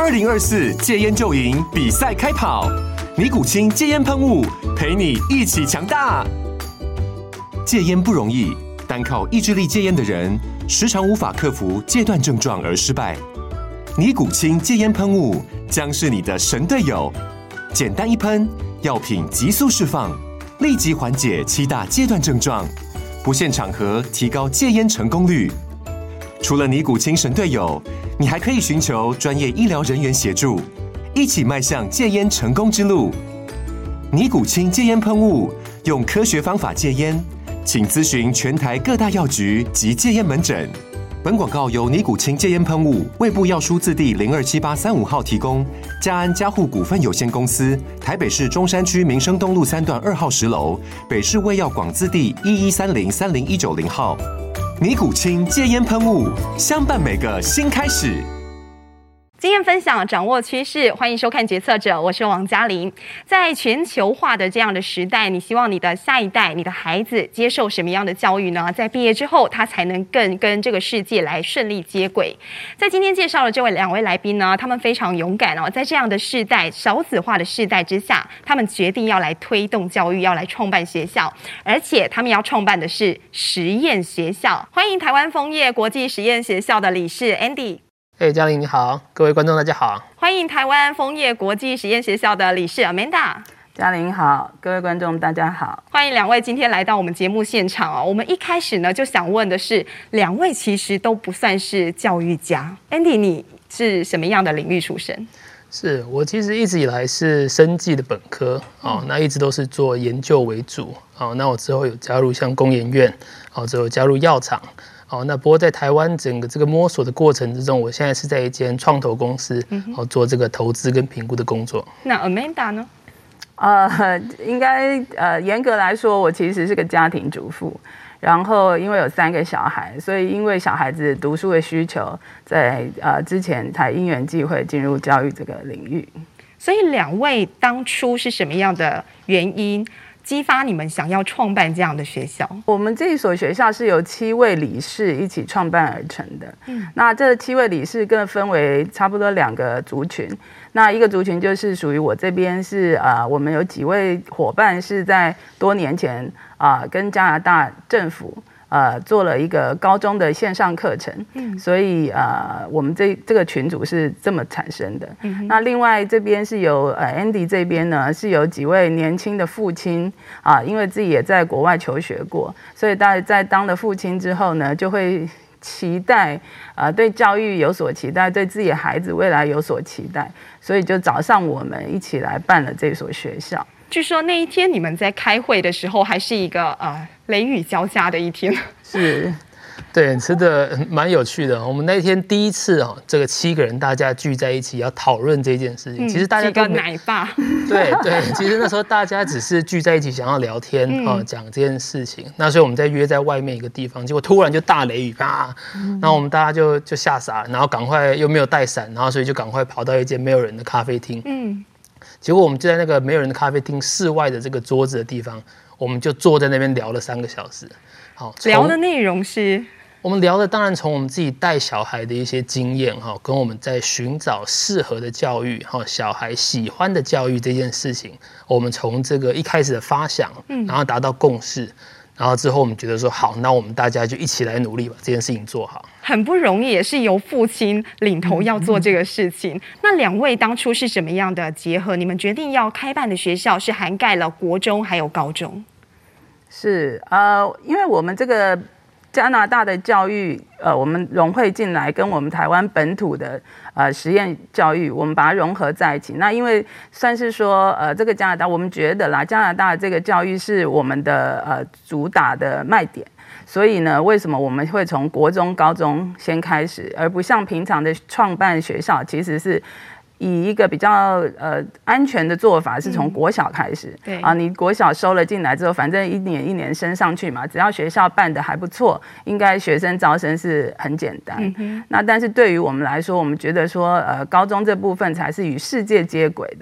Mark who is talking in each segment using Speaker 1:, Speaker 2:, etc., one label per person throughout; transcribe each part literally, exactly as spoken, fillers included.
Speaker 1: 二零二四戒烟就赢比赛开跑，尼古清戒烟喷雾陪你一起强大。戒烟不容易，单靠意志力戒烟的人，时常无法克服戒断症状而失败。尼古清戒烟喷雾将是你的神队友，简单一喷，药品急速释放，立即缓解七大戒断症状，不限场合提高戒烟成功率。除了尼古清神队友，你还可以寻求专业医疗人员协助，一起迈向戒烟成功之路。尼古清戒烟喷雾，用科学方法戒烟，请咨询全台各大药局及戒烟门诊。本广告由尼古清戒烟喷雾、卫部药书字第零二七八三五号提供，嘉安嘉护股份有限公司，台北市中山区民生东路三段二号十楼，北市卫药广字第一一三零三零一九零号。尼古清戒烟喷雾，相伴每个新开始。
Speaker 2: 经验分享，掌握趋势，欢迎收看《决策者》，我是王嘉玲。在全球化的这样的时代，你希望你的下一代、你的孩子接受什么样的教育呢？在毕业之后，他才能更跟这个世界来顺利接轨。在今天介绍的这位两位来宾呢，他们非常勇敢哦，在这样的世代、少子化的世代之下，他们决定要来推动教育，要来创办学校，而且他们要创办的是实验学校。欢迎台湾枫叶国际实验学校的理事 Andy。
Speaker 3: 哎，嘉玲你好，各位观众大家好。
Speaker 2: 欢迎台湾枫叶国际实验学校的理事 Amanda。
Speaker 4: 嘉玲好，各位观众大家好。
Speaker 2: 欢迎两位今天来到我们节目现场哦。我们一开始呢就想问的是，两位其实都不算是教育家。Andy， 你是什么样的领域出身？
Speaker 3: 是我其实一直以来是生技的本科哦，嗯、那一直都是做研究为主哦。那我之后有加入像工研院哦，之后加入药厂。哦，那不过在台湾整个这个摸索的过程之中，我现在是在一间创投公司，嗯、哦，做这个投资跟评估的工作。
Speaker 2: 那 Amanda 呢？
Speaker 4: 呃，应该呃严格来说，我其实是个家庭主妇。然后因为有三个小孩，所以因为小孩子读书的需求，在呃之前才因缘际会进入教育这个领域。
Speaker 2: 所以两位当初是什么样的原因激发你们想要创办这样的学校？
Speaker 4: 我们这一所学校是由七位理事一起创办而成的。嗯，那这七位理事更分为差不多两个族群。那一个族群就是属于我这边是呃，我们有几位伙伴是在多年前啊、呃，跟加拿大政府呃做了一个高中的线上课程。嗯，所以呃，我们这这个群组是这么产生的。嗯，那另外这边是由呃 Andy 这边呢是有几位年轻的父亲啊、呃，因为自己也在国外求学过，所以大在当了父亲之后呢，就会期待呃对教育有所期待，对自己的孩子未来有所期待，所以就找上我们一起来办了这所学校。
Speaker 2: 据说那一天你们在开会的时候，还是一个呃雷雨交加的一天。
Speaker 4: 是，
Speaker 3: 对，真的蛮有趣的。我们那天第一次哦，这个七个人大家聚在一起要讨论这件事情，嗯、其实大家都
Speaker 2: 几个奶爸。对
Speaker 3: 对，其实那时候大家只是聚在一起想要聊天啊、嗯，讲这件事情。那所以我们在约在外面一个地方，结果突然就大雷雨啊，嗯、然后我们大家就就吓傻了，然后赶快又没有带伞，然后所以就赶快跑到一间没有人的咖啡厅。嗯。结果我们就在那个没有人的咖啡厅室外的这个桌子的地方，我们就坐在那边聊了三个小时。好，
Speaker 2: 聊的内容是，
Speaker 3: 我们聊的当然从我们自己带小孩的一些经验哈，跟我们在寻找适合的教育哈，小孩喜欢的教育这件事情，我们从这个一开始的发想，然后达到共识。然后之后我们觉得说好，那我们大家就一起来努力把这件事情做好。
Speaker 2: 很不容易，也是由父亲领头要做这个事情。那两位当初是什么样的结合？你们决定要开办的学校是涵盖了国中还有高中？
Speaker 4: 是呃，因为我们这个加拿大的教育，呃，我们融汇进来，跟我们台湾本土的呃实验教育，我们把它融合在一起。那因为算是说，呃，这个加拿大，我们觉得啦，加拿大这个教育是我们的呃主打的卖点。所以呢，为什么我们会从国中、高中先开始，而不像平常的创办学校，其实是以一个比较呃安全的做法，是从国小开始。嗯、对啊，你国小收了进来之后，反正一年一年升上去嘛，只要学校办得还不错，应该学生招生是很简单。嗯、那但是对于我们来说，我们觉得说，呃，高中这部分才是与世界接轨的。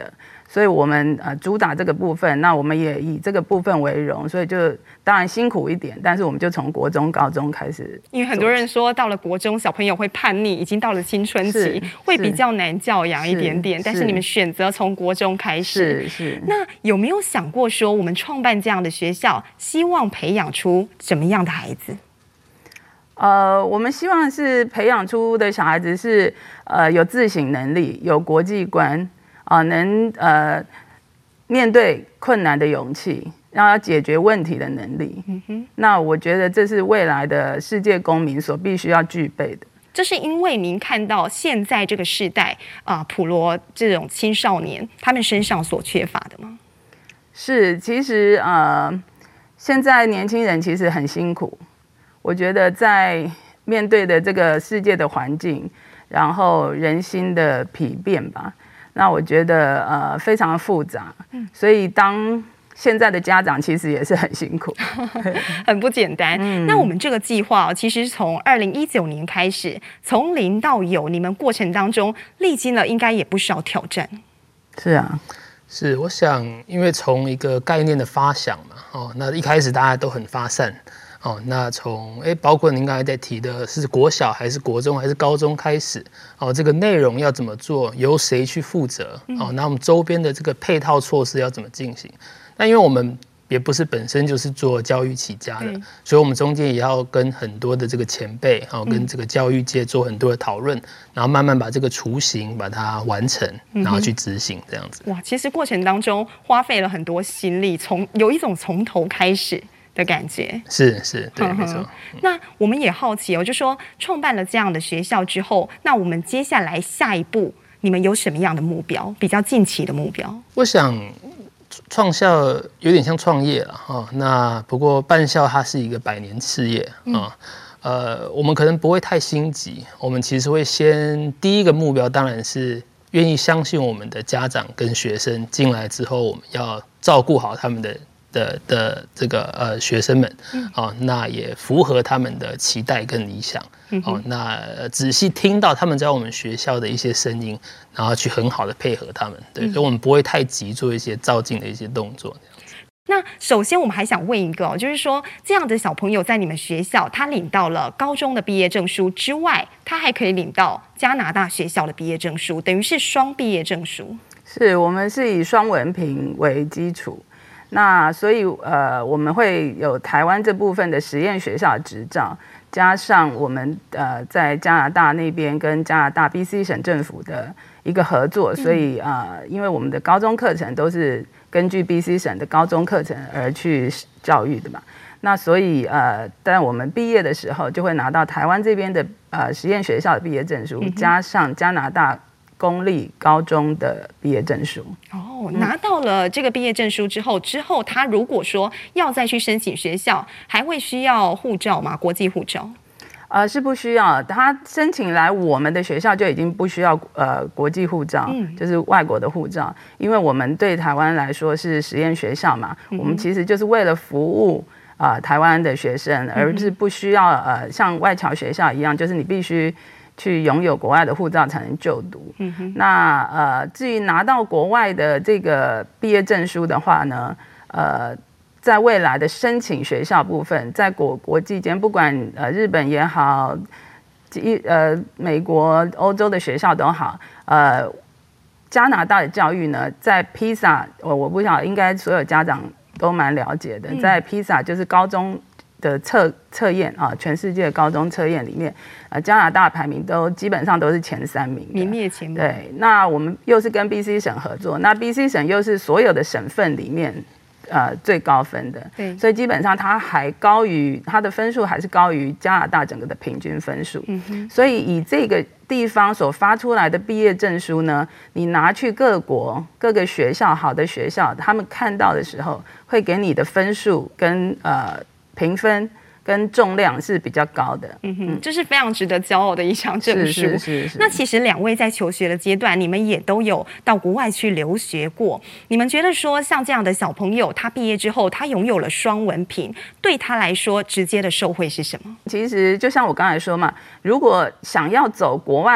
Speaker 4: 所以我们呃主打这个部分，那我们也以这个部分为荣，所以就当然辛苦一点，但是我们就从国中、高中开始。
Speaker 2: 因为很多人说到了国中，小朋友会叛逆，已经到了青春期，会比较难教养一点点。但是你们选择从国中开始，
Speaker 4: 是是。
Speaker 2: 那有没有想过说，我们创办这样的学校，希望培养出什么样的孩子？
Speaker 4: 呃，我们希望是培养出的小孩子是呃有自省能力、有国际观。啊、呃，能呃面对困难的勇气，然后要解决问题的能力。嗯哼，那我觉得这是未来的世界公民所必须要具备的。
Speaker 2: 这是因为您看到现在这个世代啊、呃，普罗这种青少年他们身上所缺乏的吗？
Speaker 4: 是，其实呃，现在年轻人其实很辛苦。我觉得在面对的这个世界的环境，然后人心的疲变吧。那我觉得呃非常复杂，所以当现在的家长其实也是很辛苦，
Speaker 2: 很不简单。嗯、那我们这个计划其实从二零一九年开始，从零到有，你们过程当中历经了应该也不少挑战。
Speaker 4: 是啊，
Speaker 3: 是，我想因为从一个概念的发想嘛，哦，那一开始大家都很发散。哦，那从诶，包括您刚才在提的是国小还是国中还是高中开始，哦，这个内容要怎么做，由谁去负责？哦，那我们周边的这个配套措施要怎么进行？那因为我们也不是本身就是做教育起家的，所以我们中间也要跟很多的这个前辈，哦，跟这个教育界做很多的讨论，然后慢慢把这个雏形把它完成，然后去执行这样子。
Speaker 2: 哇，其实过程当中花费了很多心力，从有一种从头开始的感觉。
Speaker 3: 是是，对，没错。
Speaker 2: 那我们也好奇哦，就说创办了这样的学校之后，那我们接下来下一步，你们有什么样的目标？比较近期的目标？
Speaker 3: 我想创校有点像创业了哈。那不过办校它是一个百年事业啊。嗯呃，我们可能不会太心急，我们其实会先第一个目标当然是愿意相信我们的家长跟学生进来之后，我们要照顾好他们的。的的这个呃学生们，哦，那也符合他们的期待跟理想，哦，那仔细听到他们在我们学校的一些声音，然后去很好的配合他们，对，所以我们不会太急做一些照进的一些动作。
Speaker 2: 那首先我们还想问一个、哦，就是说这样的小朋友在你们学校，他领到了高中的毕业证书之外，他还可以领到加拿大学校的毕业证书，等于是双毕业证书。
Speaker 4: 是我们是以双文凭为基础。那所以呃，我们会有台湾这部分的实验学校执照，加上我们呃在加拿大那边跟加拿大 B C 省政府的一个合作，所以呃，因为我们的高中课程都是根据 B C 省的高中课程而去教育的嘛，那所以呃，但我们毕业的时候就会拿到台湾这边的呃实验学校的毕业证书，加上加拿大公立高中的毕业证书。
Speaker 2: 哦，拿到了这个毕业证书之后，之后他如果说要再去申请学校，还会需要护照吗？国际护照？
Speaker 4: 呃，是不需要。他申请来我们的学校就已经不需要呃国际护照，嗯、就是外国的护照，因为我们对台湾来说是实验学校嘛，嗯、我们其实就是为了服务啊、呃、台湾的学生，而是不需要呃像外侨学校一样，就是你必须去拥有国外的护照才能就读。嗯哼。那呃，至于拿到国外的这个毕业证书的话呢，呃，在未来的申请学校部分，在国国际间，不管呃日本也好，呃美国、欧洲的学校都好，呃，加拿大的教育呢，在 P I S A， 我我不晓得，应该所有家长都蛮了解的，在 P I S A 就是高中的测测验啊，全世界高中测验里面，呃，加拿大排名都基本上都是前三名，
Speaker 2: 名列前茅。
Speaker 4: 对，那我们又是跟 B C 省合作，那 B C 省又是所有的省份里面呃最高分的，对，所以基本上它还高于它的分数还是高于加拿大整个的平均分数。嗯哼，所以以这个地方所发出来的毕业证书呢，你拿去各国各个学校好的学校，他们看到的时候，会给你的分数跟呃。评分跟重量是比较高的，
Speaker 2: 嗯哼，这是非常值得骄傲的一项证书。
Speaker 4: 是是是是。
Speaker 2: 那其实两位在求学的阶段，你们也都有到国外去留学过。你们觉得说，像这样的小朋友，他毕业之后，他拥有了双文凭，对他来说，直接的受惠是什么？
Speaker 4: 其实就像我刚才说嘛，如果想要走国外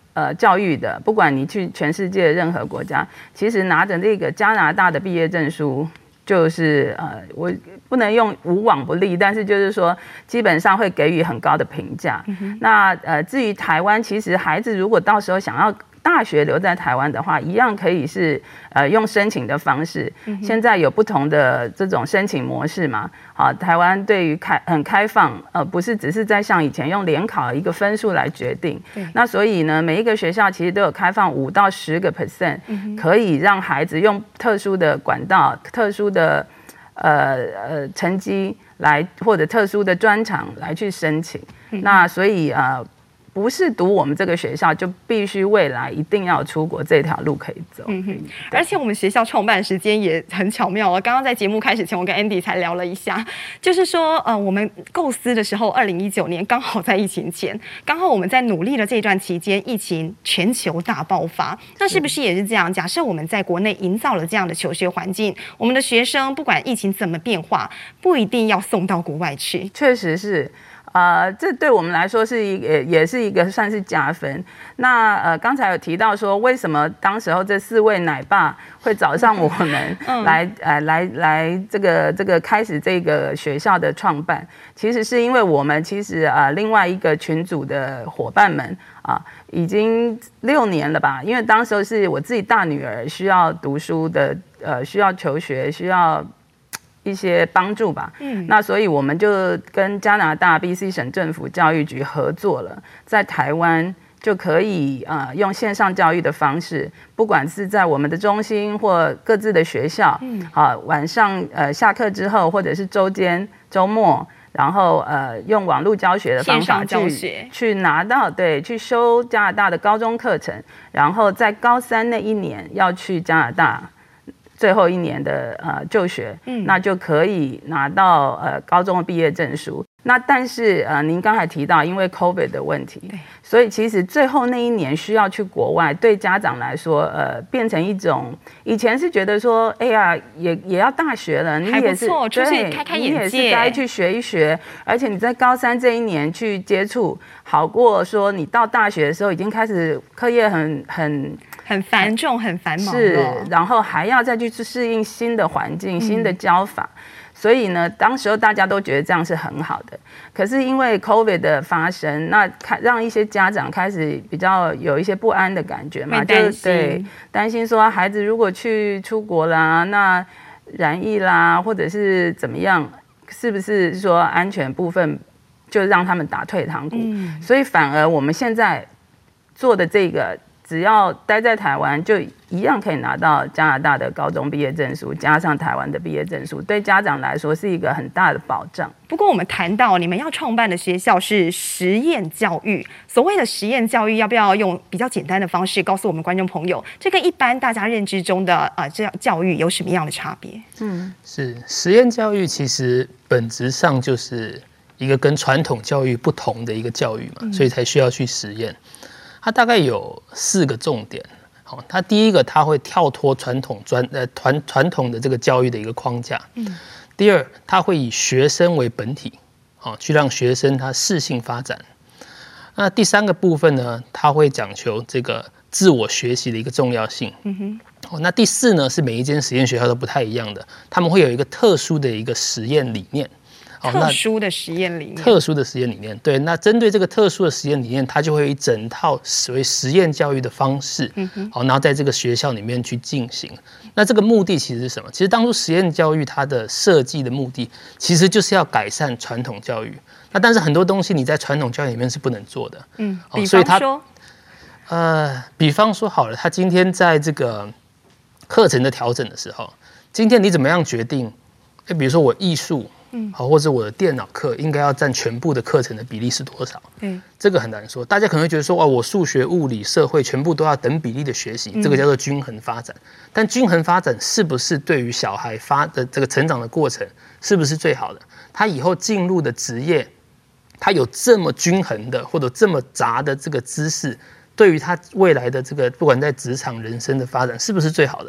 Speaker 4: 呃教育的，不管你去全世界任何国家，其实拿着这个加拿大的毕业证书，就是呃我不能用无往不利，但是就是说基本上会给予很高的评价。嗯、那呃至于台湾，其实孩子如果到时候想要大学留在台湾的话，一样可以是呃用申请的方式。嗯、现在有不同的这种申请模式嘛，好，台湾对于开很开放，呃，不是只是在像以前用联考一个分数来决定。那所以呢，每一个学校其实都有开放五到十个 percent， 可以让孩子用特殊的管道、特殊的呃呃成绩来或者特殊的专长来去申请。嗯、那所以呃。不是读我们这个学校就必须未来一定要出国这条路可以走。嗯哼，
Speaker 2: 而且我们学校创办时间也很巧妙啊。刚刚在节目开始前，我跟 Andy 才聊了一下，就是说，呃，我们构思的时候，二零一九年刚好在疫情前，刚好我们在努力的这段期间，疫情全球大爆发。那是不是也是这样？假设我们在国内营造了这样的求学环境，我们的学生不管疫情怎么变化，不一定要送到国外去。
Speaker 4: 确实是。呃，这对我们来说是一也也是一个算是加分。那呃，刚才有提到说，为什么当时候这四位奶爸会找上我们来、嗯、呃来来这个这个开始这个学校的创办？其实是因为我们其实呃另外一个群组的伙伴们啊，已经六年了吧？因为当时候是我自己大女儿需要读书的，呃，需要求学，需要一些帮助吧，嗯，那所以我们就跟加拿大 B C 省政府教育局合作了，在台湾就可以呃用线上教育的方式，不管是在我们的中心或各自的学校，嗯，好，晚上呃下课之后或者是周间周末，然后呃用网络教学的方法去去拿到对去修加拿大的高中课程，然后在高三那一年要去加拿大。最后一年的呃就学，嗯，那就可以拿到呃高中的毕业证书。那但是呃您刚才提到因为 COVID 的问题，所以其实最后那一年需要去国外，对家长来说，呃变成一种以前是觉得说，哎呀也也要大学了，你也是
Speaker 2: 出去开开眼界，
Speaker 4: 你也是该去学一学，而且你在高三这一年去接触，好过说你到大学的时候已经开始课业很很。
Speaker 2: 很繁重、很繁忙，
Speaker 4: 是，然后还要再去适应新的环境、新的教法，嗯、所以呢，当时候大家都觉得这样是很好的。可是因为 COVID 的发生，那让一些家长开始比较有一些不安的感觉嘛，就对担心说孩子如果去出国啦，那染疫啦，或者是怎么样，是不是说安全部分就让他们打退堂鼓？嗯、所以反而我们现在做的这个。只要待在台湾，就一样可以拿到加拿大的高中毕业证书，加上台湾的毕业证书，对家长来说是一个很大的保障。
Speaker 2: 不过我们谈到你们要创办的学校是实验教育，所谓的实验教育，要不要用比较简单的方式告诉我们观众朋友，这跟一般大家认知中的呃这样教育有什么样的差别？嗯，
Speaker 3: 是实验教育其实本质上就是一个跟传统教育不同的一个教育嘛，嗯、所以才需要去实验。它大概有四个重点，好，它第一个它会跳脱传统专呃传传统的这个教育的一个框架，嗯，第二它会以学生为本体，好，去让学生他适性发展。那第三个部分呢，它会讲求这个自我学习的一个重要性，嗯哼，好，那第四呢是每一间实验学校都不太一样的，他们会有一个特殊的一个实验理念。
Speaker 2: 特殊的实验理念，
Speaker 3: 特殊的实验理念，对。那针对这个特殊的实验理念，它就会有一整套所谓实验教育的方式，嗯哼，好，然后在这个学校里面去进行。那这个目的其实是什么？其实当初实验教育它的设计的目的，其实就是要改善传统教育。那但是很多东西你在传统教育里面是不能做的，
Speaker 2: 嗯，比方说，
Speaker 3: 呃，比方说好了，他今天在这个课程的调整的时候，今天你怎么样决定？哎，比如说我艺术。嗯，好，或者我的电脑课应该要占全部的课程的比例是多少？嗯，这个很难说。大家可能会觉得说，哇，我数学、物理、社会全部都要等比例的学习，这个叫做均衡发展。但均衡发展是不是对于小孩发的这个成长的过程是不是最好的？他以后进入的职业，他有这么均衡的或者这么杂的这个知识，对于他未来的这个不管在职场、人生的发展是不是最好的？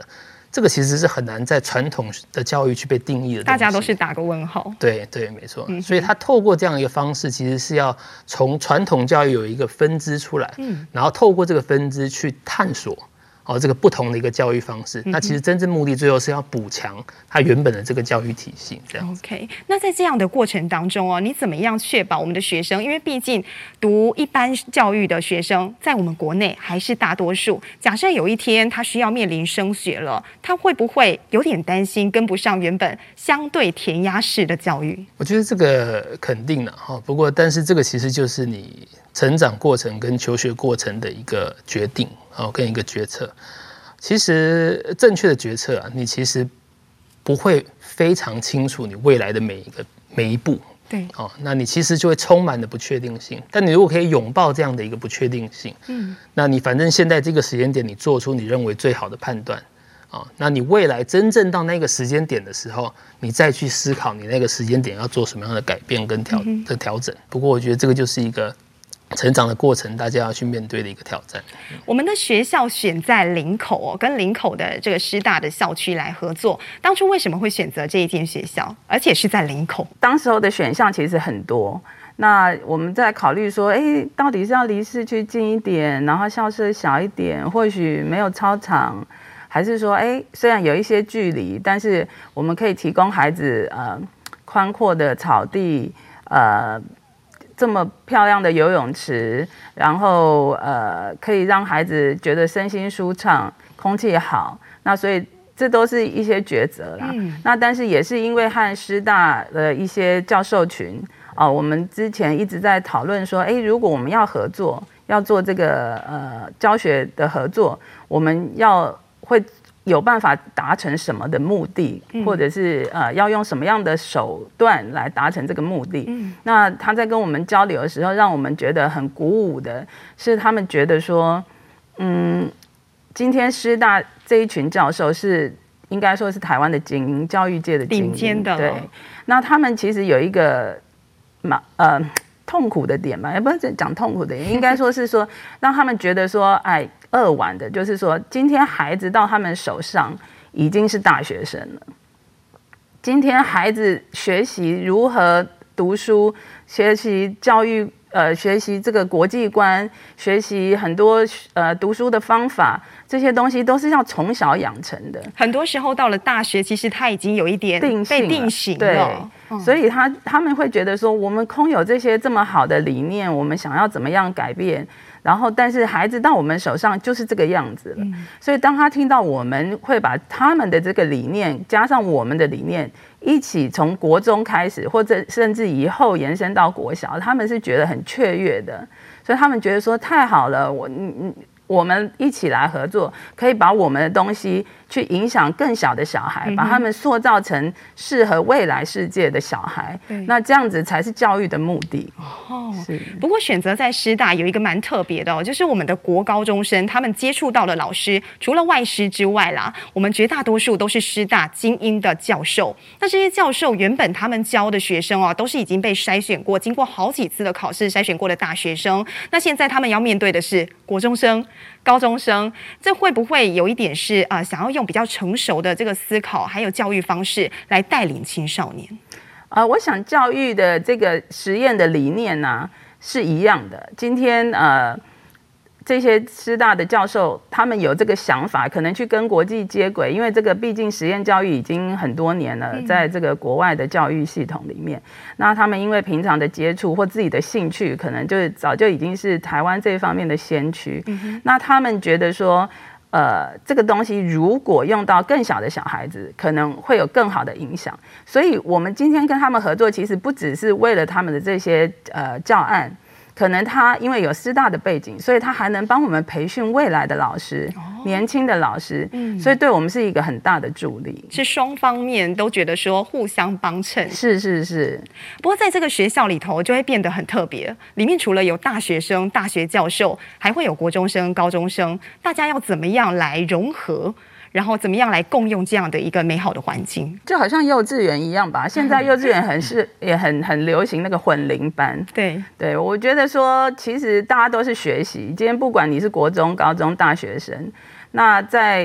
Speaker 3: 这个其实是很难在传统的教育去被定义的，
Speaker 2: 大家都是打个问号。
Speaker 3: 对对，没错。嗯、所以他透过这样一个方式，其实是要从传统教育有一个分支出来，嗯，然后透过这个分支去探索。哦，这个不同的一个教育方式，那其实真正目的最后是要补强它原本的这个教育体系，这样子。
Speaker 2: OK， 那在这样的过程当中哦，你怎么样确保我们的学生？因为毕竟读一般教育的学生，在我们国内还是大多数。假设有一天他需要面临升学了，他会不会有点担心跟不上原本相对填鸭式的教育？
Speaker 3: 我觉得这个肯定的哈，不过但是这个其实就是你成长过程跟求学过程的一个决定。哦，跟一个决策，其实正确的决策啊，你其实不会非常清楚你未来的每一个每一步，
Speaker 2: 对，
Speaker 3: 哦，那你其实就会充满了不确定性。但你如果可以拥抱这样的一个不确定性，嗯，那你反正现在这个时间点，你做出你认为最好的判断，哦，那你未来真正到那个时间点的时候，你再去思考你那个时间点要做什么样的改变跟调的调整。不过我觉得这个就是一个成长的过程，大家要去面对的一个挑战。
Speaker 2: 我们的学校选在林口哦，跟林口的这个师大的校区来合作。当初为什么会选择这一间学校，而且是在林口？
Speaker 4: 当时候的选项其实很多，那我们在考虑说，哎，到底是要离市区近一点，然后校舍小一点，或许没有操场，还是说，哎，虽然有一些距离，但是我们可以提供孩子呃宽阔的草地，呃。这么漂亮的游泳池，然后呃，可以让孩子觉得身心舒畅，空气好。那所以这都是一些抉择啦。嗯、那但是也是因为和师大的一些教授群哦、呃，我们之前一直在讨论说，哎，如果我们要合作，要做这个呃教学的合作，我们要会。有办法达成什么的目的，或者是呃要用什么样的手段来达成这个目的？嗯、那他在跟我们交流的时候，让我们觉得很鼓舞的是，他们觉得说，嗯，今天师大这一群教授是应该说是台湾的精英，教育界的精英，
Speaker 2: 顶尖的。
Speaker 4: 对，那他们其实有一个嘛呃痛苦的点吧，也不是讲痛苦的点，应该说是说让他们觉得说，哎。扼腕的，就是说，今天孩子到他们手上已经是大学生了。今天孩子学习如何读书，学习教育，呃，学习这个国际观，学习很多呃读书的方法，这些东西都是要从小养成的。
Speaker 2: 很多时候到了大学，其实他已经有一点被定型了。
Speaker 4: 对，嗯、所以他他们会觉得说，我们空有这些这么好的理念，我们想要怎么样改变？然后，但是孩子到我们手上就是这个样子了。嗯、所以，当他听到我们会把他们的这个理念加上我们的理念，一起从国中开始，或者甚至以后延伸到国小，他们是觉得很雀跃的。所以，他们觉得说太好了，我嗯。我们一起来合作，可以把我们的东西去影响更小的小孩，嗯、把他们塑造成适合未来世界的小孩。那这样子才是教育的目的。
Speaker 2: 哦，是。不过选择在师大有一个蛮特别的哦，就是我们的国高中生他们接触到的老师，除了外师之外啦，我们绝大多数都是师大精英的教授。那这些教授原本他们教的学生哦，都是已经被筛选过，经过好几次的考试筛选过的大学生。那现在他们要面对的是国中生。高中生，这会不会有一点是啊、呃，想要用比较成熟的这个思考，还有教育方式来带领青少年？
Speaker 4: 呃，我想教育的这个实验的理念呢、啊、是一样的。今天呃，这些师大的教授他们有这个想法，可能去跟国际接轨，因为这个毕竟实验教育已经很多年了，在这个国外的教育系统里面，那他们因为平常的接触或自己的兴趣，可能就是早就已经是台湾这方面的先驱。嗯、那他们觉得说，呃，这个东西如果用到更小的小孩子，可能会有更好的影响。所以我们今天跟他们合作，其实不只是为了他们的这些呃教案。可能他因为有师大的背景，所以他还能帮我们培训未来的老师，哦、年轻的老师，嗯、所以对我们是一个很大的助力。
Speaker 2: 是双方面都觉得说互相帮衬。
Speaker 4: 是是是。
Speaker 2: 不过在这个学校里头就会变得很特别，里面除了有大学生、大学教授，还会有国中生、高中生，大家要怎么样来融合？然后怎么样来共用这样的一个美好的环境？
Speaker 4: 就好像幼稚园一样吧。现在幼稚园很是也很很流行那个混龄班。
Speaker 2: 对
Speaker 4: 对，我觉得说其实大家都是学习。今天不管你是国中、高中、大学生，那在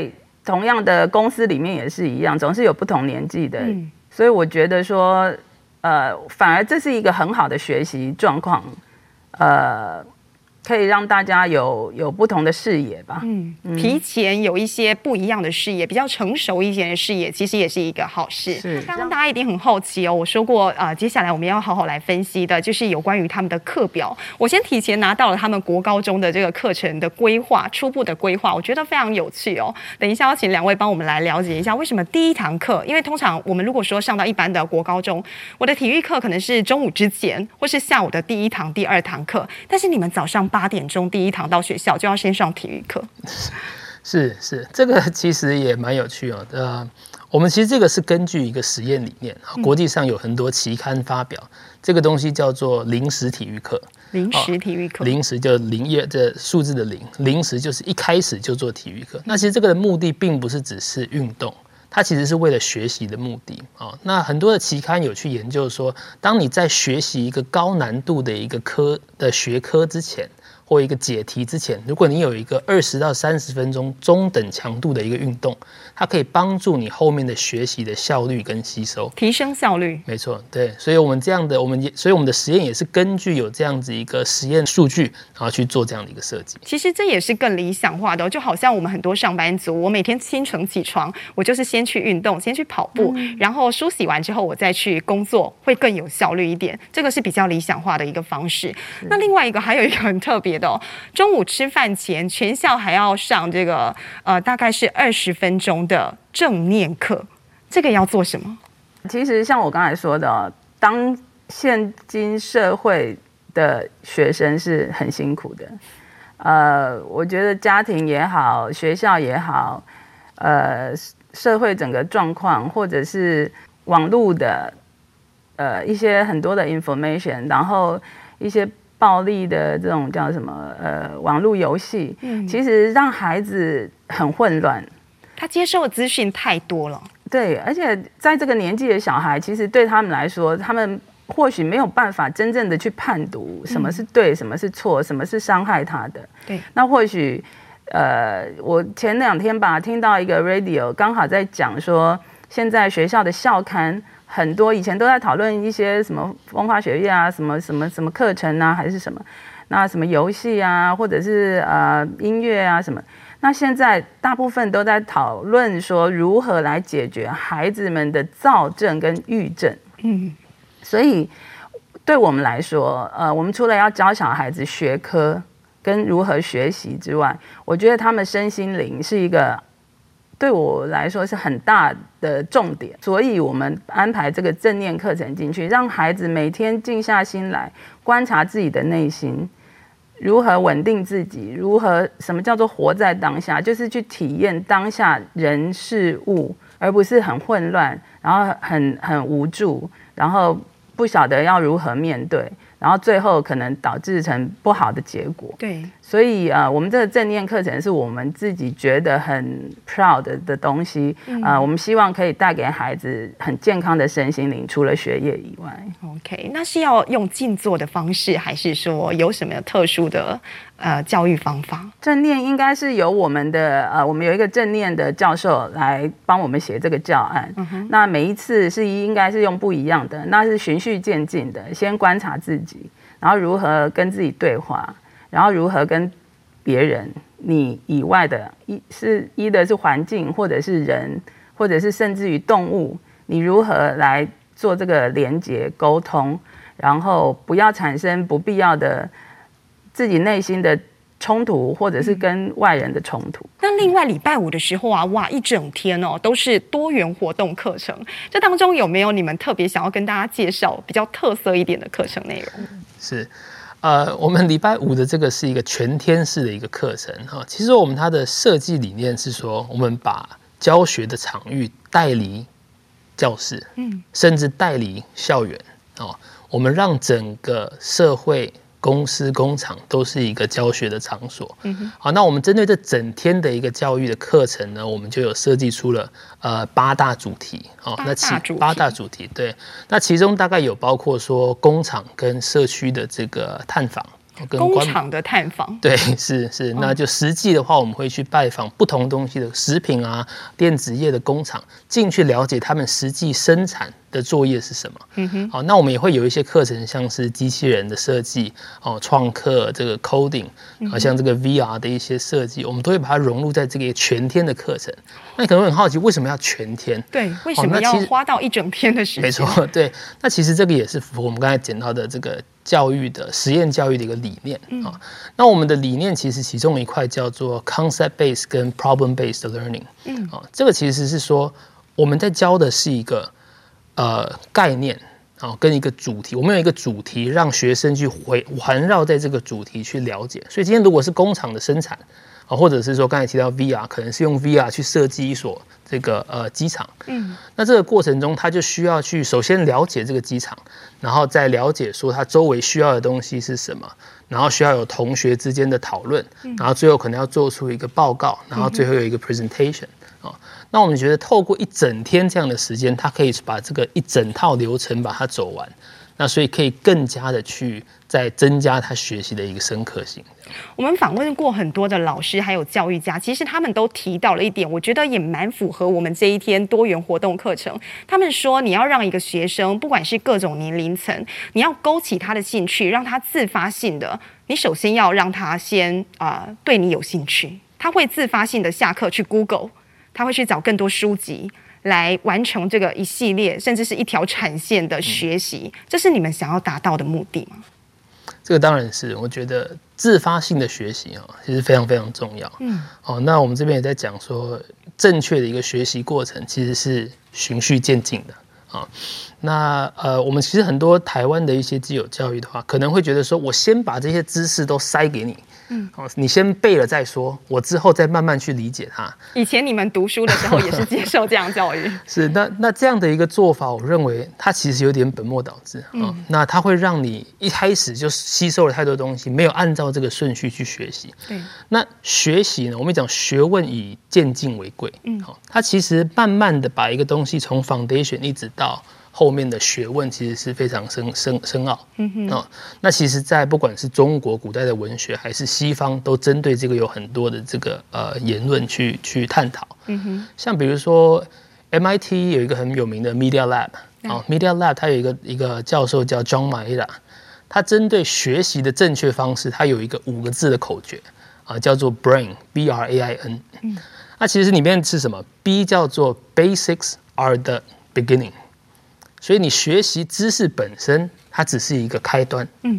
Speaker 4: 同样的公司里面也是一样，总是有不同年纪的，嗯、所以我觉得说，呃，反而这是一个很好的学习状况，呃。可以让大家有有不同的视野吧，
Speaker 2: 嗯，提前有一些不一样的视野，比较成熟一点的视野，其实也是一个好事。是，刚刚大家一定很好奇哦，我说过，呃，接下来我们要好好来分析的，就是有关于他们的课表。我先提前拿到了他们国高中的这个课程的规划，初步的规划，我觉得非常有趣哦。等一下要请两位帮我们来了解一下，为什么第一堂课，因为通常我们如果说上到一般的国高中，我的体育课可能是中午之前，或是下午的第一堂、第二堂课，但是你们早上八点钟第一堂到学校就要先上体育课，
Speaker 3: 是是，这个其实也蛮有趣哦。呃，我们其实这个是根据一个实验理念，国际上有很多期刊发表，嗯、这个东西叫做零时体育课。
Speaker 2: 零时体育课，
Speaker 3: 零时就零月这数字的零，零时就是一开始就做体育课。那其实这个的目的并不是只是运动。它其实是为了学习的目的啊、哦。那很多的期刊有去研究说，当你在学习一个高难度的一个科的学科之前，或一个解题之前，如果你有一个二十到三十分钟中等强度的一个运动，它可以帮助你后面的学习的效率跟吸收，
Speaker 2: 提升效率。
Speaker 3: 没错，对，所以我们这样的，我们也，所以我们的实验也是根据有这样子一个实验数据，然后去做这样的一个设计。
Speaker 2: 其实这也是更理想化的、哦，就好像我们很多上班族，我每天清晨起床，我就是先去运动，先去跑步，嗯、然后梳洗完之后，我再去工作，会更有效率一点。这个是比较理想化的一个方式。那另外一个还有一个很特别的、哦，中午吃饭前，全校还要上这个呃，大概是二十分钟的正念课，这个要做什么？
Speaker 4: 其实像我刚才说的，当现今社会的学生是很辛苦的，呃，我觉得家庭也好，学校也好，呃，社会整个状况，或者是网络的呃一些很多的 information， 然后一些暴力的这种叫什么呃网络游戏，嗯、其实让孩子很混乱。
Speaker 2: 他接受的资讯太多了，
Speaker 4: 对，而且在这个年纪的小孩，其实对他们来说，他们或许没有办法真正的去判读什么是对，嗯、什么是错，什么是伤害他的。对，那或许，呃，我前两天吧听到一个 radio， 刚好在讲说，现在学校的校刊很多，以前都在讨论一些什么风花雪月啊，什么什么什么课程啊，还是什么，那什么游戏啊，或者是呃音乐啊什么。那现在大部分都在讨论说如何来解决孩子们的躁症跟郁症。嗯，所以对我们来说，呃，我们除了要教小孩子学科跟如何学习之外，我觉得他们身心灵是一个对我来说是很大的重点。所以我们安排这个正念课程进去，让孩子每天静下心来观察自己的内心。如何稳定自己？如何什么叫做活在当下？就是去体验当下人事物，而不是很混乱，然后很很无助，然后不晓得要如何面对，然后最后可能导致成不好的结果。对，所以呃，我们这个正念课程是我们自己觉得很 proud 的东西。嗯、呃，我们希望可以带给孩子很健康的身心灵，除了学业以外。
Speaker 2: OK， 那是要用静坐的方式，还是说有什么特殊的呃教育方法？
Speaker 4: 正念应该是由我们的呃，我们有一个正念的教授来帮我们写这个教案。嗯、那每一次是应该是用不一样的，那是循序渐进的，先观察自己，然后如何跟自己对话，然后如何跟别人你以外的一是一的是环境，或者是人，或者是甚至于动物，你如何来做这个连结沟通，然后不要产生不必要的自己内心的冲突，或者是跟外人的冲突。
Speaker 2: 那另外礼拜五的时候啊，哇，一整天哦都是多元活动课程，这当中有没有你们特别想要跟大家介绍比较特色一点的课程内容？
Speaker 3: 是。呃，我们礼拜五的这个是一个全天式的一个课程哈。其实我们它的设计理念是说，我们把教学的场域带离教室，嗯，甚至带离校园哦。我们让整个社会、公司、工厂都是一个教学的场所。嗯，好，那我们针对这整天的一个教育的课程呢，我们就有设计出了呃八大主题。哦，那其八大主题，对，那其中大概有包括说工厂跟社区的这个探访， 跟
Speaker 2: 工厂的探访。
Speaker 3: 对，是是，那就实际的话，我们会去拜访不同东西的食品啊、电子业的工厂，进去了解他们实际生产的作业是什么。嗯哼，好，那我们也会有一些课程，像是机器人的设计、哦，创客这个 coding， 好像这个 V R 的一些设计，我们都会把它融入在这个全天的课程。那你可能会很好奇，为什么要全天？
Speaker 2: 对，为什么要花到一整天的时间？
Speaker 3: 没错，对。那其实这个也是符合我们刚才讲到的这个教育的实验教育的一个理念啊、嗯。那我们的理念其实其中一块叫做 concept based 跟 problem based learning。嗯，啊，这个其实是说我们在教的是一个呃概念啊，跟一个主题。我们有一个主题，让学生去回环绕在这个主题去了解。所以今天如果是工厂的生产。啊，或者是说刚才提到 V R， 可能是用 V R 去设计一所这个呃机场，嗯，那这个过程中他就需要去首先了解这个机场，然后再了解说他周围需要的东西是什么，然后需要有同学之间的讨论，然后最后可能要做出一个报告，然后最后有一个 presentation 啊。那我们觉得透过一整天这样的时间，他可以把这个一整套流程把它走完。那所以可以更加的去再增加他学习的一个深刻性。
Speaker 2: 我们访问过很多的老师还有教育家，其实他们都提到了一点，我觉得也蛮符合我们这一天多元活动课程。他们说你要让一个学生不管是各种年龄层，你要勾起他的兴趣，让他自发性的，你首先要让他先啊、呃、对你有兴趣，他会自发性的下课去 Google， 他会去找更多书籍来完成这个一系列甚至是一条产线的学习，这是你们想要达到的目的吗？
Speaker 3: 这个当然是，我觉得自发性的学习啊，其实非常非常重要。嗯，哦，那我们这边也在讲说，正确的一个学习过程其实是循序渐进的啊。那呃，我们其实很多台湾的一些基友教育的话，可能会觉得说，我先把这些知识都塞给你。嗯，你先背了再说，我之后再慢慢去理解它。
Speaker 2: 以前你们读书的时候也是接受这样教育，
Speaker 3: 是那那这样的一个做法，我认为它其实有点本末倒置啊、嗯哦。那它会让你一开始就吸收了太多东西，没有按照这个顺序去学习。对，那学习呢，我们讲学问以渐进为贵。嗯，好、哦，它其实慢慢的把一个东西从 foundation 一直到后面的学问其实是非常深深深奥，嗯哼、哦，那其实，在不管是中国古代的文学，还是西方，都针对这个有很多的这个呃言论去去探讨，嗯哼，像比如说 M I T 有一个很有名的 Media Lab， 啊、哦、，Media Lab 它有一个一个教授叫 John Maeda， 他针对学习的正确方式，他有一个五个字的口诀啊，叫做 Brain B R A I N， 嗯，那其实里面是什么 ？B 叫做 Basics are the beginning。所以你学习知识本身，它只是一个开端。嗯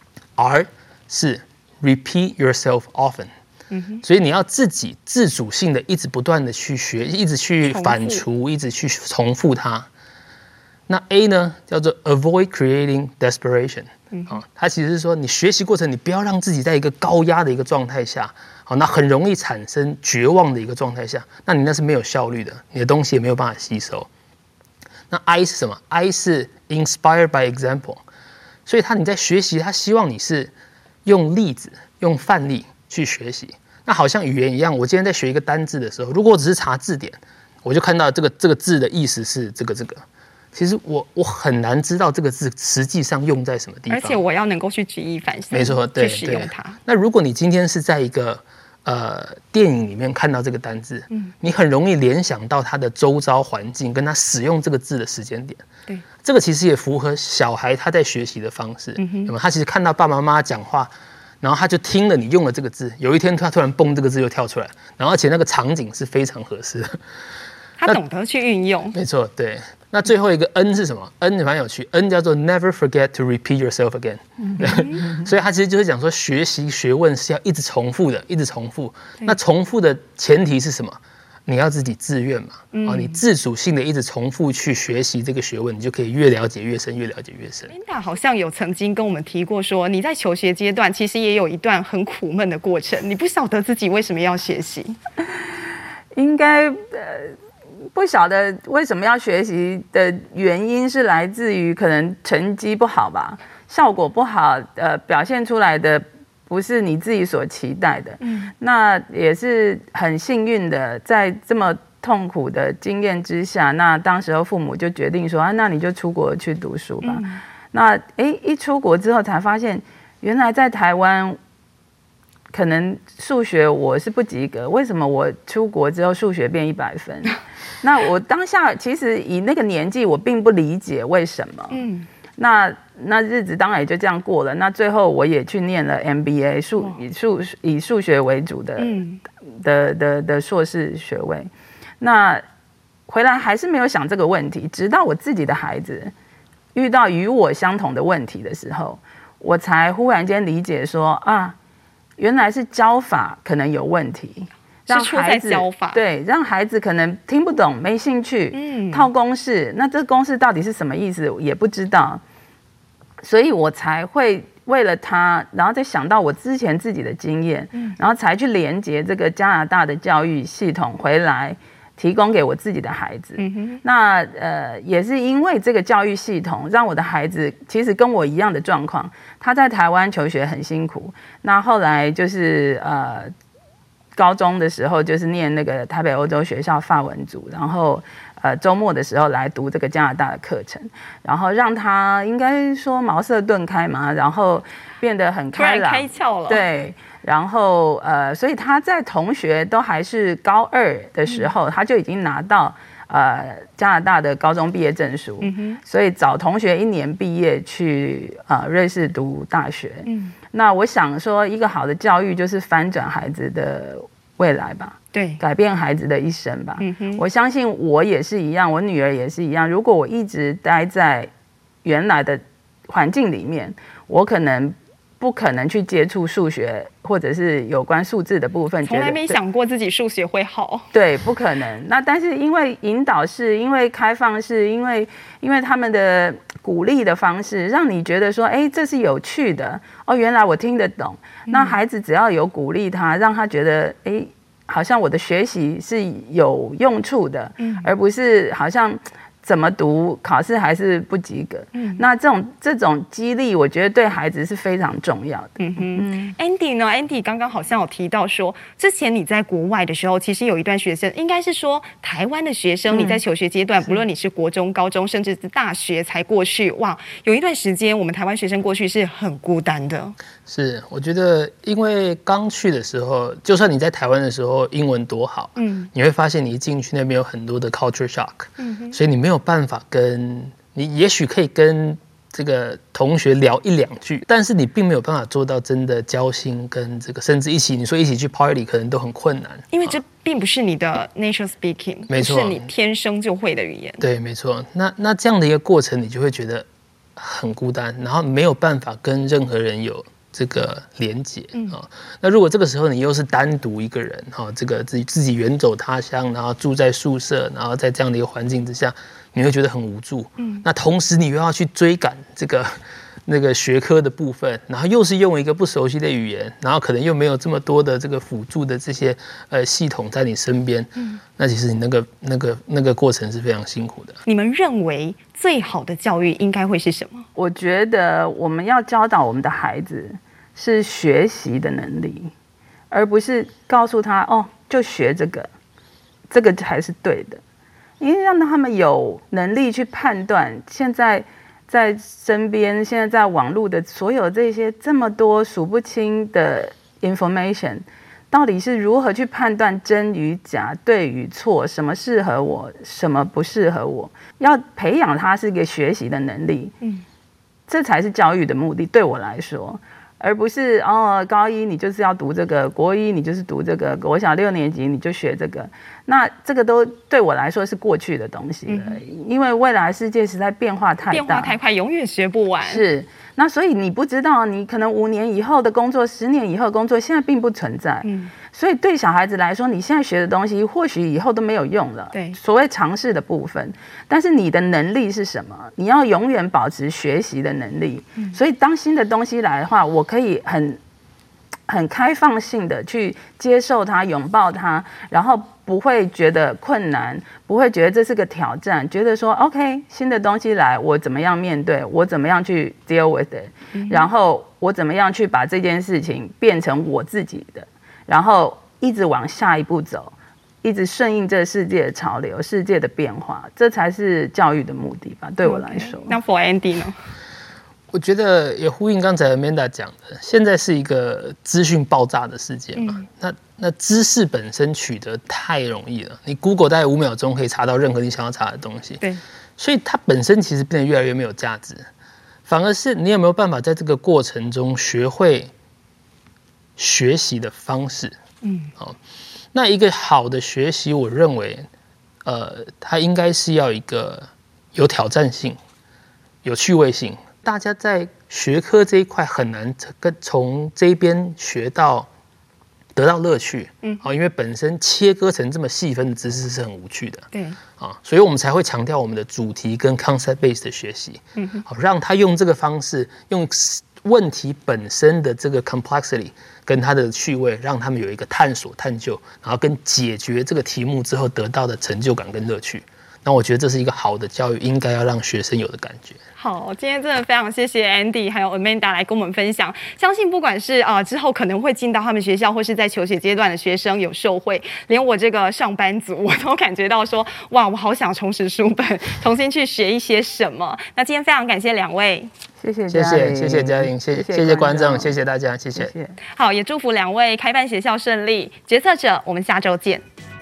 Speaker 3: ，R 是 repeat yourself often。嗯哼，所以你要自己自主性的一直不断的去学，一直去反刍，一直去重复它。那 A 呢，叫做 avoid creating desperation。嗯，啊，它其实是说你学习过程，你不要让自己在一个高压的一个状态下，好，那很容易产生绝望的一个状态下，那你那是没有效率的，你的东西也没有办法吸收。那 I 是什么 ？I 是 inspired by example， 所以他你在学习，他希望你是用例子、用范例去学习。那好像语言一样，我今天在学一个单字的时候，如果我只是查字典，我就看到这个这个字的意思是这个这个，其实我我很难知道这个字实际上用在什么地方，
Speaker 2: 而且我要能够去举一反三，
Speaker 3: 没错，对，
Speaker 2: 去使用它。
Speaker 3: 那如果你今天是在一个呃，电影里面看到这个单字，嗯，你很容易联想到他的周遭环境跟他使用这个字的时间点。对，这个其实也符合小孩他在学习的方式。嗯哼，有没有？他其实看到爸爸妈妈讲话，然后他就听了你用了这个字，有一天他突然蹦这个字就跳出来，然后而且那个场景是非常合适的。
Speaker 2: 他懂得去运用。
Speaker 3: 没错，对。那最后一个 N 是什么 ？N 蛮有趣 ，N 叫做 Never forget to repeat yourself again。嗯、所以他其实就是讲说，学习学问是要一直重复的，一直重复。那重复的前提是什么？你要自己自愿嘛，嗯、啊，你自主性的一直重复去学习这个学问，你就可以越了解越深，越了解越深。
Speaker 2: Linda 好像有曾经跟我们提过说，你在求学阶段其实也有一段很苦闷的过程，你不晓得自己为什么要学习。
Speaker 4: 应该呃。不晓得为什么要学习的原因是来自于可能成绩不好吧，效果不好，呃，表现出来的不是你自己所期待的。嗯，那也是很幸运的，在这么痛苦的经验之下，那当时候父母就决定说啊，那你就出国去读书吧。嗯、那哎，一出国之后才发现， 原来在台湾可能数学我是不及格，为什么我出国之后数学变一百分？那我当下其实以那个年纪，我并不理解为什么。嗯，那那日子当然也就这样过了。那最后我也去念了 M B A， 数以数以数学为主的、嗯、的的的硕士学位。那回来还是没有想这个问题，直到我自己的孩子遇到与我相同的问题的时候，我才忽然间理解说啊，原来是教法可能有问题。让孩子对让孩子可能听不懂、没兴趣，嗯，套公式，那这公式到底是什么意思也不知道，所以我才会为了他，然后再想到我之前自己的经验，嗯，然后才去连接这个加拿大的教育系统回来，提供给我自己的孩子。嗯哼，那呃也是因为这个教育系统，让我的孩子其实跟我一样的状况，他在台湾求学很辛苦，那后来就是呃。高中的时候就是念那个台北欧洲学校法文组，然后呃周末的时候来读这个加拿大的课程，然后让他应该说茅塞顿开嘛，然后变得很开朗，
Speaker 2: 开窍了。
Speaker 4: 对，然后呃，所以他在同学都还是高二的时候，嗯、他就已经拿到呃加拿大的高中毕业证书，嗯、所以早同学一年毕业去呃瑞士读大学。嗯，那我想说，一个好的教育就是翻转孩子的未来吧，
Speaker 2: 对，
Speaker 4: 改变孩子的一生吧。嗯哼，我相信我也是一样，我女儿也是一样。如果我一直待在原来的环境里面，我可能不可能去接触数学或者是有关数字的部分，
Speaker 2: 从来没想过自己数学会好。
Speaker 4: 对，不可能。那但是因为引导式，因为开放式，因为因为他们的鼓励的方式，让你觉得说，哎，这是有趣的哦，原来我听得懂。嗯、那孩子只要有鼓励他，让他觉得，哎，好像我的学习是有用处的，嗯、而不是好像怎么读考试还是不及格。嗯，那这种这种激励，我觉得对孩子是非常重要的。嗯
Speaker 2: 哼 ，Andy 呢 ？Andy 刚刚好像有提到说，之前你在国外的时候，其实有一段学生，应该是说台湾的学生，嗯、你在求学阶段，不论你是国中、高中，甚至是大学才过去，哇，有一段时间我们台湾学生过去是很孤单的。
Speaker 3: 是，我觉得因为刚去的时候，就算你在台湾的时候英文多好，嗯，你会发现你一进去那边有很多的 culture shock，嗯，所以你没有办法跟你，也许可以跟这个同学聊一两句，但是你并没有办法做到真的交心，跟这个甚至一起，你说一起去 party 可能都很困难，
Speaker 2: 因为这并不是你的 nature speaking，
Speaker 3: 没错，
Speaker 2: 不是你天生就会的语言。
Speaker 3: 对，没错。那那这样的一个过程，你就会觉得很孤单，然后没有办法跟任何人有这个连结啊、嗯哦，那如果这个时候你又是单独一个人哈、哦，这个自己自己远走他乡，然后住在宿舍，然后在这样的一个环境之下，你会觉得很无助。嗯，那同时你又要去追赶这个那个学科的部分，然后又是用一个不熟悉的语言，然后可能又没有这么多的这个辅助的这些呃系统在你身边，嗯，那其实你那个那个那个过程是非常辛苦的。
Speaker 2: 你们认为最好的教育应该会是什么？
Speaker 4: 我觉得我们要教导我们的孩子是学习的能力，而不是告诉他哦，就学这个，这个才是对的。因为让他们有能力去判断，现在在身边，现在在网络的所有这些这么多数不清的 information， 到底是如何去判断真与假、对与错，什么适合我，什么不适合我？要培养他是一个学习的能力，嗯，这才是教育的目的。对我来说。而不是哦，高一你就是要读这个，国一你就是读这个，国小六年级你就学这个，那这个都对我来说是过去的东西了，嗯、因为未来世界实在变化太大，
Speaker 2: 变化太快，永远学不完。
Speaker 4: 是，那所以你不知道，你可能五年以后的工作，十年以后的工作，现在并不存在。嗯，所以对小孩子来说，你现在学的东西，或许以后都没有用了。
Speaker 2: 对，
Speaker 4: 所谓尝试的部分，但是你的能力是什么？你要永远保持学习的能力。嗯、所以当新的东西来的话，我可以很很开放性的去接受它，拥抱它，然后不会觉得困难，不会觉得这是个挑战，觉得说 OK， 新的东西来，我怎么样面对，我怎么样去 deal with it，、嗯、然后我怎么样去把这件事情变成我自己的，然后一直往下一步走，一直顺应这世界的潮流、世界的变化，这才是教育的目的吧？对我来说。
Speaker 2: Okay. 那 for Andy 呢？
Speaker 3: 我觉得也呼应刚才 Amanda 讲的，现在是一个资讯爆炸的世界嘛，嗯、那那知识本身取得太容易了，你 Google 大概五秒钟可以查到任何你想要查的东西，
Speaker 2: 对，
Speaker 3: 所以它本身其实变得越来越没有价值，反而是你有没有办法在这个过程中学会学习的方式，嗯，好，那一个好的学习，我认为，呃，它应该是要一个有挑战性、有趣味性。大家在学科这一块很难跟从这边学到得到乐趣，嗯，好，因为本身切割成这么细分的知识是很无趣的，
Speaker 2: 对，
Speaker 3: 啊，所以我们才会强调我们的主题跟 concept base 的学习，嗯，好，让他用这个方式，用问题本身的这个 complexity 跟它的趣味，让他们有一个探索、探究，然后跟解决这个题目之后得到的成就感跟乐趣。那我觉得这是一个好的教育应该要让学生有的感觉。
Speaker 2: 好，今天真的非常谢谢 Andy 还有 Amanda 来跟我们分享，相信不管是啊、呃、之后可能会进到他们学校或是在求学阶段的学生有受惠，连我这个上班族我都感觉到说，哇，我好想重拾书本，重新去学一些什么。那今天非常感谢两位。
Speaker 4: 谢谢
Speaker 3: 谢谢谢谢嘉玲，谢谢谢谢观众，谢谢大家，谢谢。
Speaker 2: 好，也祝福两位开办学校顺利。决策者，我们下周见。